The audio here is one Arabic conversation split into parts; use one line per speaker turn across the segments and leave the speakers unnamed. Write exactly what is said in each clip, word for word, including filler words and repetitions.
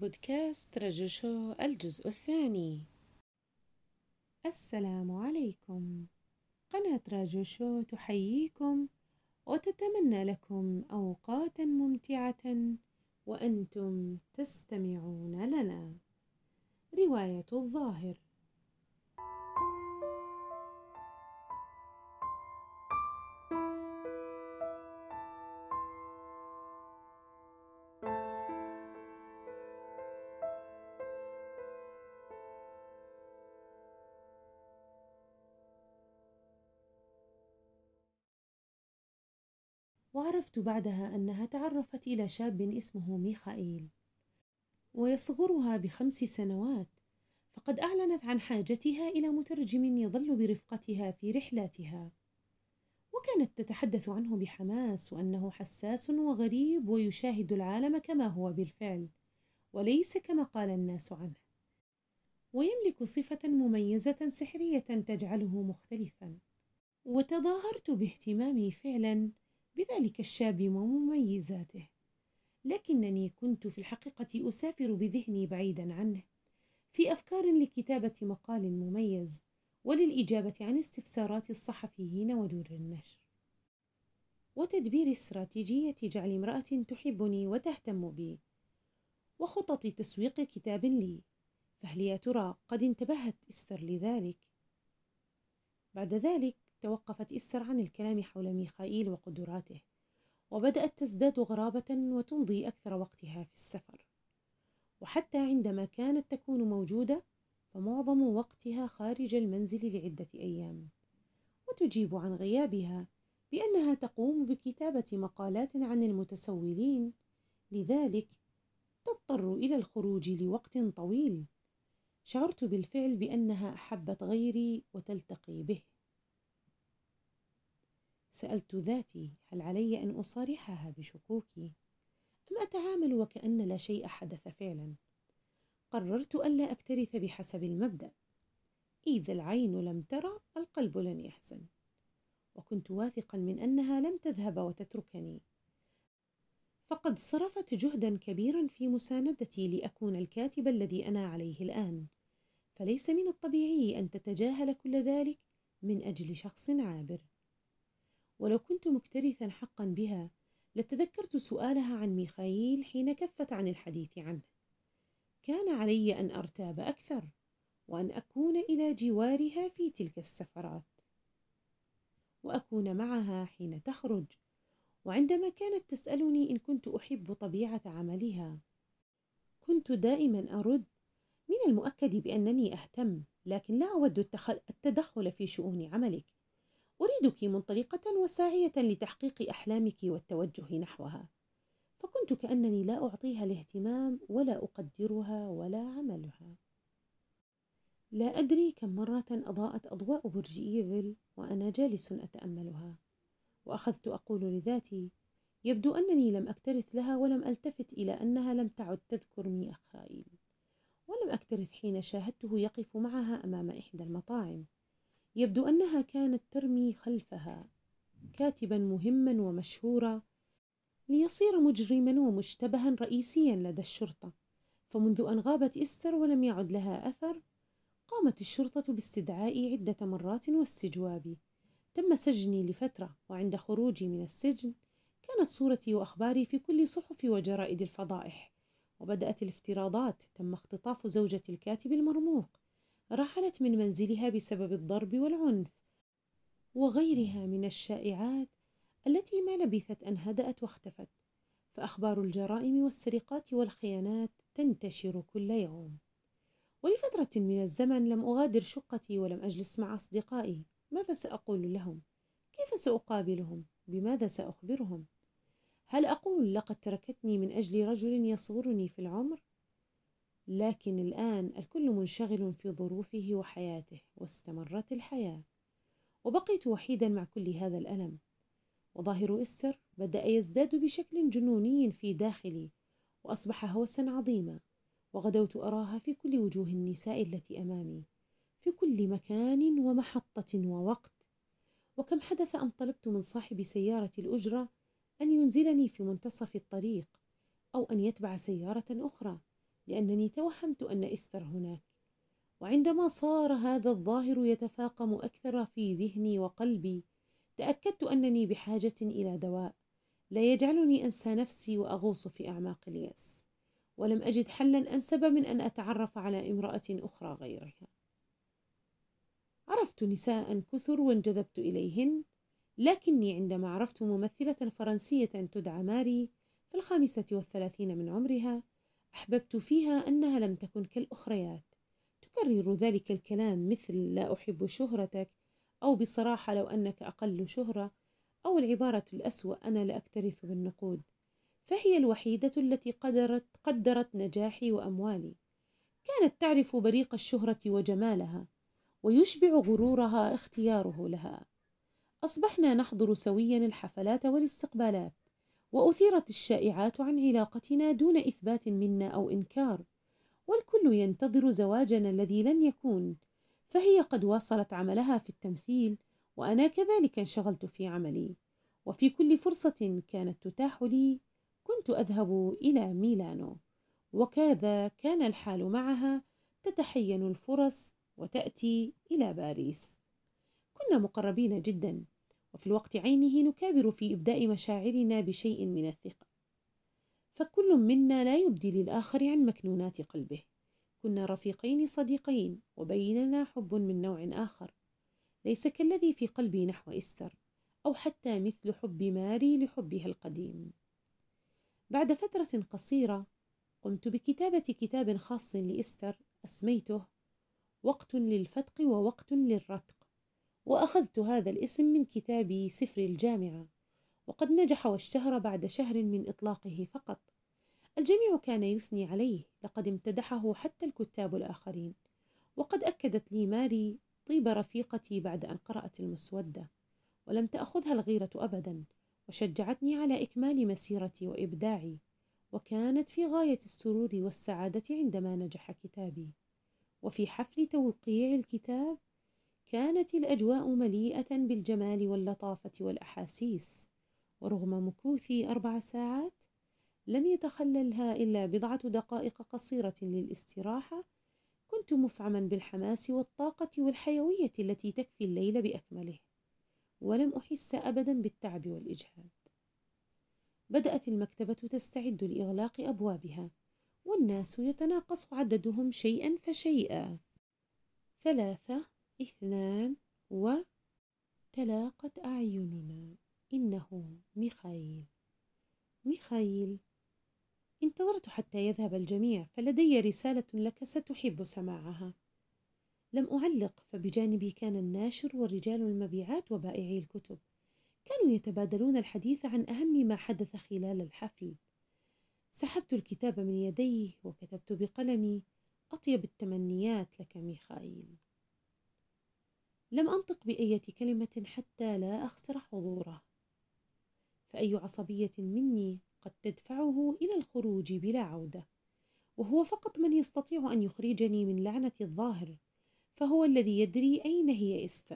بودكاست رجو شو الجزء الثاني. السلام عليكم. قناة رجو شو تحييكم وتتمنى لكم أوقاتا ممتعة وأنتم تستمعون لنا. رواية الظاهر. وعرفت بعدها أنها تعرفت إلى شاب اسمه ميخائيل ويصغرها بخمس سنوات، فقد أعلنت عن حاجتها إلى مترجم يظل برفقتها في رحلاتها، وكانت تتحدث عنه بحماس وأنه حساس وغريب ويشاهد العالم كما هو بالفعل وليس كما قال الناس عنه، ويملك صفة مميزة سحرية تجعله مختلفا. وتظاهرت باهتمامي فعلا بذلك الشاب ومميزاته، لكنني كنت في الحقيقة أسافر بذهني بعيدا عنه في أفكار لكتابة مقال مميز وللإجابة عن استفسارات الصحفيين ودور النشر، وتدبير استراتيجية جعل امرأة تحبني وتهتم بي، وخطط تسويق كتاب لي. فهل يا ترى قد انتبهت إستر لذلك؟ بعد ذلك توقفت إستر عن الكلام حول ميخائيل وقدراته، وبدأت تزداد غرابة وتمضي أكثر وقتها في السفر، وحتى عندما كانت تكون موجودة فمعظم وقتها خارج المنزل لعدة أيام، وتجيب عن غيابها بأنها تقوم بكتابة مقالات عن المتسولين، لذلك تضطر إلى الخروج لوقت طويل. شعرت بالفعل بأنها أحبت غيري وتلتقي به. سألت ذاتي: هل علي أن أصارحها بشكوكي أم أتعامل وكأن لا شيء حدث فعلا؟ قررت ألا أكترث بحسب المبدأ: إذا العين لم ترى القلب لن يحزن، وكنت واثقا من أنها لم تذهب وتتركني، فقد صرفت جهدا كبيرا في مساندتي لأكون الكاتب الذي أنا عليه الآن، فليس من الطبيعي أن تتجاهل كل ذلك من أجل شخص عابر. ولو كنت مكترثا حقا بها لتذكرت سؤالها عن ميخائيل حين كفت عن الحديث عنه. كان علي أن أرتاب أكثر وأن أكون إلى جوارها في تلك السفرات، وأكون معها حين تخرج، وعندما كانت تسألني إن كنت أحب طبيعة عملها كنت دائما أرد: من المؤكد بأنني أهتم، لكن لا أود التدخل في شؤون عملك. أريدك منطلقة وساعية لتحقيق أحلامك والتوجه نحوها. فكنت كأنني لا أعطيها الاهتمام ولا أقدرها ولا عملها. لا أدري كم مرة أضاءت أضواء برج إيفل وأنا جالس أتأملها، وأخذت أقول لذاتي: يبدو أنني لم أكترث لها ولم ألتفت إلى أنها لم تعد تذكر ميخائيل، ولم أكترث حين شاهدته يقف معها أمام إحدى المطاعم. يبدو أنها كانت ترمي خلفها كاتبا مهما ومشهورا ليصير مجرما ومشتبها رئيسيا لدى الشرطة. فمنذ أن غابت إستر ولم يعد لها أثر، قامت الشرطة باستدعائي عدة مرات واستجوابي. تم سجني لفترة، وعند خروجي من السجن كانت صورتي وأخباري في كل صحف وجرائد الفضائح، وبدأت الافتراضات. تم اختطاف زوجة الكاتب المرموق، رحلت من منزلها بسبب الضرب والعنف، وغيرها من الشائعات التي ما لبثت أن هدأت واختفت. فأخبار الجرائم والسرقات والخيانات تنتشر كل يوم. ولفترة من الزمن لم أغادر شقتي ولم أجلس مع أصدقائي. ماذا سأقول لهم؟ كيف سأقابلهم؟ بماذا سأخبرهم؟ هل أقول لقد تركتني من أجل رجل يصغرني في العمر؟ لكن الآن الكل منشغل في ظروفه وحياته، واستمرت الحياة، وبقيت وحيدا مع كل هذا الألم. وظاهر إستر بدأ يزداد بشكل جنوني في داخلي، وأصبح هوسا عظيما، وغدوت أراها في كل وجوه النساء التي أمامي، في كل مكان ومحطة ووقت. وكم حدث أن طلبت من صاحب سيارة الأجرة أن ينزلني في منتصف الطريق، أو أن يتبع سيارة أخرى، لأنني توهمت أن إستر هناك. وعندما صار هذا الظاهر يتفاقم أكثر في ذهني وقلبي، تأكدت أنني بحاجة إلى دواء لا يجعلني أنسى نفسي وأغوص في أعماق اليأس. ولم أجد حلا أنسب من أن أتعرف على امرأة أخرى غيرها. عرفت نساء كثر وانجذبت إليهن، لكني عندما عرفت ممثلة فرنسية تدعى ماري في الخامسة والثلاثين من عمرها، أحببت فيها أنها لم تكن كالأخريات تكرر ذلك الكلام، مثل لا أحب شهرتك، أو بصراحة لو أنك أقل شهرة، أو العبارة الأسوأ أنا لا أكترث بالنقود. فهي الوحيدة التي قدرت قدرت نجاحي وأموالي. كانت تعرف بريق الشهرة وجمالها، ويشبع غرورها اختياره لها. أصبحنا نحضر سويا الحفلات والاستقبالات، وأثيرت الشائعات عن علاقتنا دون إثبات منا أو إنكار، والكل ينتظر زواجنا الذي لن يكون. فهي قد واصلت عملها في التمثيل، وأنا كذلك انشغلت في عملي، وفي كل فرصة كانت تتاح لي كنت أذهب إلى ميلانو. وكذا كان الحال معها، تتحين الفرص وتأتي إلى باريس. كنا مقربين جدا، وفي الوقت عينه نكابر في إبداء مشاعرنا بشيء من الثقة، فكل منا لا يبدي للآخر عن مكنونات قلبه. كنا رفيقين صديقين، وبيننا حب من نوع آخر، ليس كالذي في قلبي نحو إستر، أو حتى مثل حب ماري لحبها القديم. بعد فترة قصيرة قمت بكتابة كتاب خاص لإستر، أسميته وقت للفتق ووقت للرتق، وأخذت هذا الاسم من كتابي سفر الجامعة، وقد نجح واشتهر بعد شهر من إطلاقه فقط. الجميع كان يثني عليه، لقد امتدحه حتى الكتاب الآخرين. وقد أكدت لي ماري طيب رفيقتي بعد أن قرأت المسودة، ولم تأخذها الغيرة أبدا، وشجعتني على إكمال مسيرتي وإبداعي. وكانت في غاية السرور والسعادة عندما نجح كتابي. وفي حفل توقيع الكتاب كانت الأجواء مليئة بالجمال واللطافة والأحاسيس، ورغم مكوثي أربع ساعات لم يتخللها إلا بضعة دقائق قصيرة للاستراحة، كنت مفعما بالحماس والطاقة والحيوية التي تكفي الليل بأكمله، ولم أحس أبدا بالتعب والإجهاد. بدأت المكتبة تستعد لإغلاق أبوابها، والناس يتناقص عددهم شيئا فشيئا. ثلاثة، اثنان، وتلاقت أعيننا. إنه ميخائيل. ميخائيل، انتظرت حتى يذهب الجميع، فلدي رسالة لك ستحب سماعها. لم أعلق، فبجانبي كان الناشر ورجال المبيعات وبائعي الكتب، كانوا يتبادلون الحديث عن أهم ما حدث خلال الحفل. سحبت الكتاب من يديه وكتبت بقلمي: أطيب التمنيات لك ميخائيل. لم أنطق بأية كلمة حتى لا أخسر حضوره، فأي عصبية مني قد تدفعه إلى الخروج بلا عودة، وهو فقط من يستطيع أن يخرجني من لعنة الظاهر، فهو الذي يدري أين هي إستر،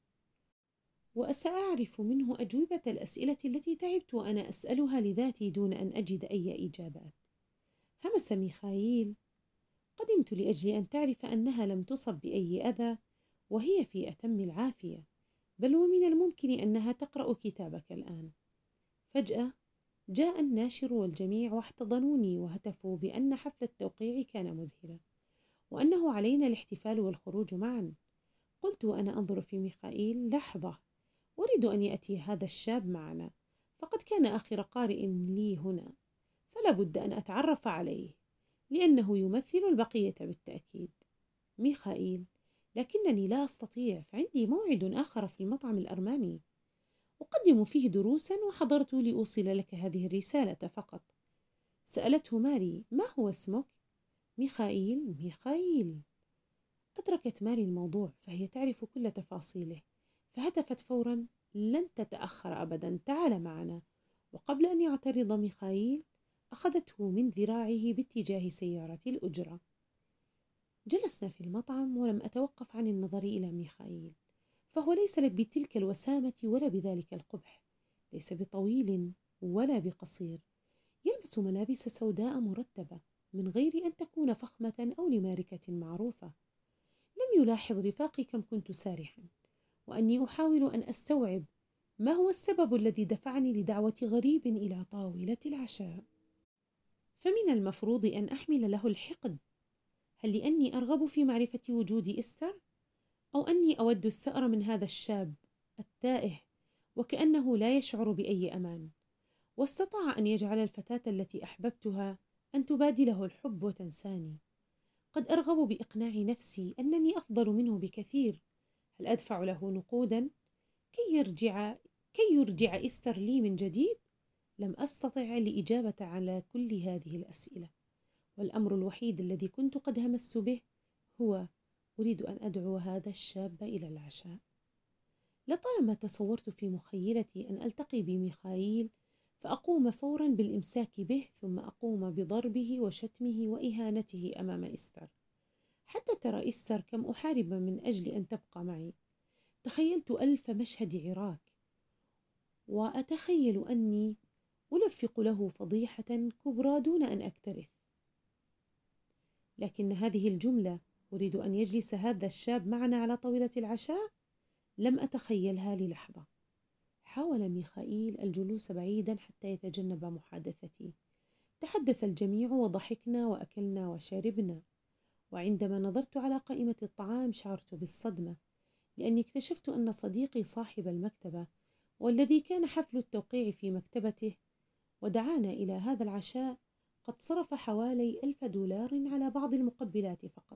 وسأعرف منه أجوبة الأسئلة التي تعبت وأنا أسألها لذاتي دون أن أجد أي إجابات. همس ميخائيل: قدمت لأجل أن تعرف أنها لم تصب بأي أذى، وهي في أتم العافية، بل ومن الممكن أنها تقرأ كتابك الآن. فجأة جاء الناشر والجميع واحتضنوني وهتفوا بأن حفل التوقيع كان مذهلا، وأنه علينا الاحتفال والخروج معا. قلت وأنا أنظر في ميخائيل: لحظة، أريد أن يأتي هذا الشاب معنا، فقد كان آخر قارئ لي هنا، فلا بد أن أتعرف عليه، لأنه يمثل البقية بالتأكيد. ميخائيل: لكنني لا أستطيع، فعندي موعد آخر في المطعم الأرماني أقدم فيه دروسا، وحضرت لأوصل لك هذه الرسالة فقط. سألته ماري: ما هو اسمك؟ ميخائيل. ميخائيل. أدركت ماري الموضوع، فهي تعرف كل تفاصيله، فهتفت فورا: لن تتأخر أبدا، تعال معنا. وقبل أن يعترض ميخائيل أخذته من ذراعه باتجاه سيارة الأجرة. جلسنا في المطعم، ولم أتوقف عن النظر إلى ميخائيل، فهو ليس بتلك الوسامة ولا بذلك القبح، ليس بطويل ولا بقصير، يلبس ملابس سوداء مرتبة من غير أن تكون كل ماركة معروفة. لم يلاحظ رفاقي كم كنت سارحا، وأني أحاول أن أستوعب ما هو السبب الذي دفعني لدعوة غريب إلى طاولة العشاء. فمن المفروض أن أحمل له الحقد؟ هل لأني أرغب في معرفة وجود إستر؟ أو أني أود الثأر من هذا الشاب التائه وكأنه لا يشعر بأي أمان، واستطاع أن يجعل الفتاة التي أحببتها أن تبادله الحب وتنساني؟ قد أرغب بإقناع نفسي أنني أفضل منه بكثير. هل أدفع له نقودا كي يرجع كي يرجع إستر لي من جديد؟ لم أستطع الإجابة على كل هذه الأسئلة، والأمر الوحيد الذي كنت قد همست به هو: أريد أن أدعو هذا الشاب إلى العشاء. لطالما تصورت في مخيلتي أن ألتقي بميخائيل فأقوم فورا بالإمساك به، ثم أقوم بضربه وشتمه وإهانته أمام إستر. حتى ترى إستر كم أحارب من أجل أن تبقى معي. تخيلت ألف مشهد عراك، وأتخيل أني ألفق له فضيحة كبرى دون أن أكترث. لكن هذه الجملة: أريد أن يجلس هذا الشاب معنا على طاولة العشاء، لم أتخيلها للحظة. حاول ميخائيل الجلوس بعيدا حتى يتجنب محادثتي. تحدث الجميع وضحكنا وأكلنا وشربنا، وعندما نظرت على قائمة الطعام شعرت بالصدمة، لأني اكتشفت أن صديقي صاحب المكتبة، والذي كان حفل التوقيع في مكتبته ودعانا إلى هذا العشاء، قد صرف حوالي ألف دولار على بعض المقبلات فقط.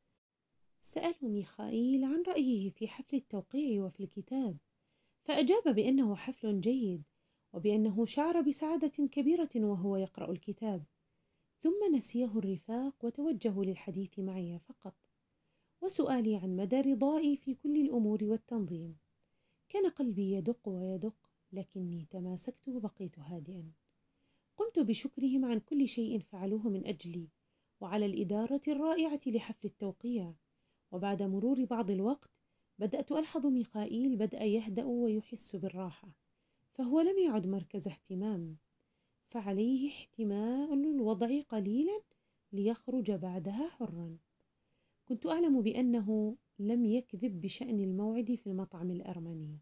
سألوا ميخائيل عن رأيه في حفل التوقيع وفي الكتاب، فأجاب بأنه حفل جيد، وبأنه شعر بسعادة كبيرة وهو يقرأ الكتاب. ثم نسيه الرفاق وتوجه للحديث معي فقط، وسؤالي عن مدى رضائي في كل الأمور والتنظيم. كان قلبي يدق ويدق، لكني تماسكت وبقيت هادئا. قمت بشكرهم عن كل شيء فعلوه من أجلي، وعلى الإدارة الرائعة لحفل التوقيع. وبعد مرور بعض الوقت بدأت ألحظ ميخائيل بدأ يهدأ ويحس بالراحة، فهو لم يعد مركز اهتمام، فعليه احتمال الوضع قليلا ليخرج بعدها حرا. كنت أعلم بأنه لم يكذب بشأن الموعد في المطعم الأرمني،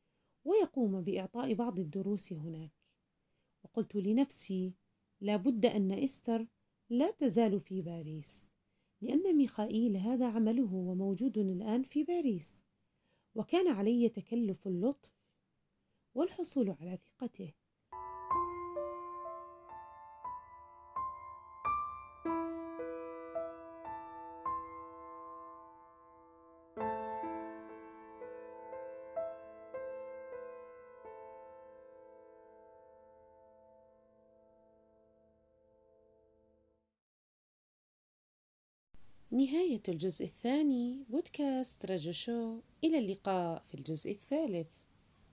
ويقوم بإعطاء بعض الدروس هناك. وقلت لنفسي: لا بد أن إستر لا تزال في باريس، لأن ميخائيل هذا عمله وموجود الآن في باريس، وكان علي تكلف اللطف والحصول على ثقته. نهاية الجزء الثاني، بودكاست رجو شو. إلى اللقاء في الجزء الثالث.